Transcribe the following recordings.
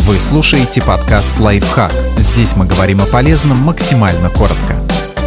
Вы слушаете подкаст «Лайфхак». Здесь мы говорим о полезном максимально коротко.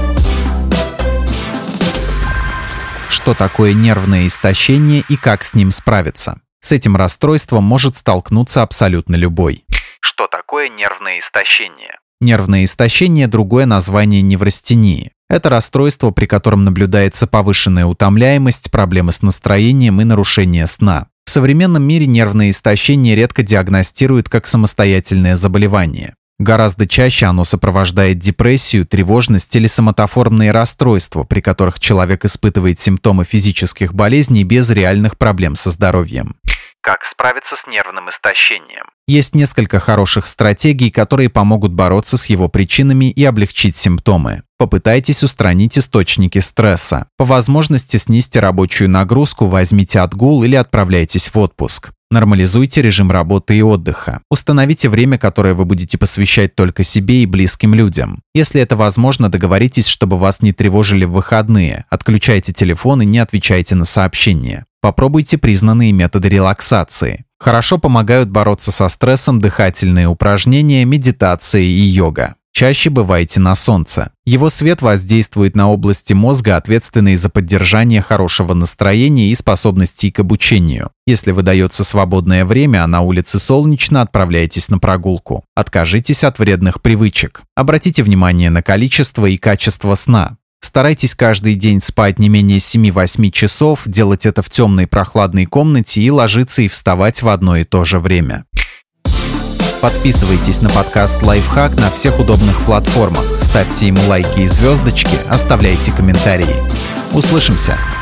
Что такое нервное истощение и как с ним справиться? С этим расстройством может столкнуться абсолютно любой. Что такое нервное истощение? Нервное истощение – другое название неврастении. Это расстройство, при котором наблюдается повышенная утомляемость, проблемы с настроением и нарушение сна. В современном мире нервное истощение редко диагностируют как самостоятельное заболевание. Гораздо чаще оно сопровождает депрессию, тревожность или соматоформные расстройства, при которых человек испытывает симптомы физических болезней без реальных проблем со здоровьем. Как справиться с нервным истощением? Есть несколько хороших стратегий, которые помогут бороться с его причинами и облегчить симптомы. Попытайтесь устранить источники стресса. По возможности снизьте рабочую нагрузку, возьмите отгул или отправляйтесь в отпуск. Нормализуйте режим работы и отдыха. Установите время, которое вы будете посвящать только себе и близким людям. Если это возможно, договоритесь, чтобы вас не тревожили в выходные. Отключайте телефон и не отвечайте на сообщения. Попробуйте признанные методы релаксации. Хорошо помогают бороться со стрессом дыхательные упражнения, медитация и йога. Чаще бывайте на солнце. Его свет воздействует на области мозга, ответственные за поддержание хорошего настроения и способностей к обучению. Если выдается свободное время, а на улице солнечно, отправляйтесь на прогулку. Откажитесь от вредных привычек. Обратите внимание на количество и качество сна. Старайтесь каждый день спать не менее 7-8 часов, делать это в темной прохладной комнате и ложиться и вставать в одно и то же время. Подписывайтесь на подкаст «Лайфхак» на всех удобных платформах, ставьте ему лайки и звездочки, оставляйте комментарии. Услышимся!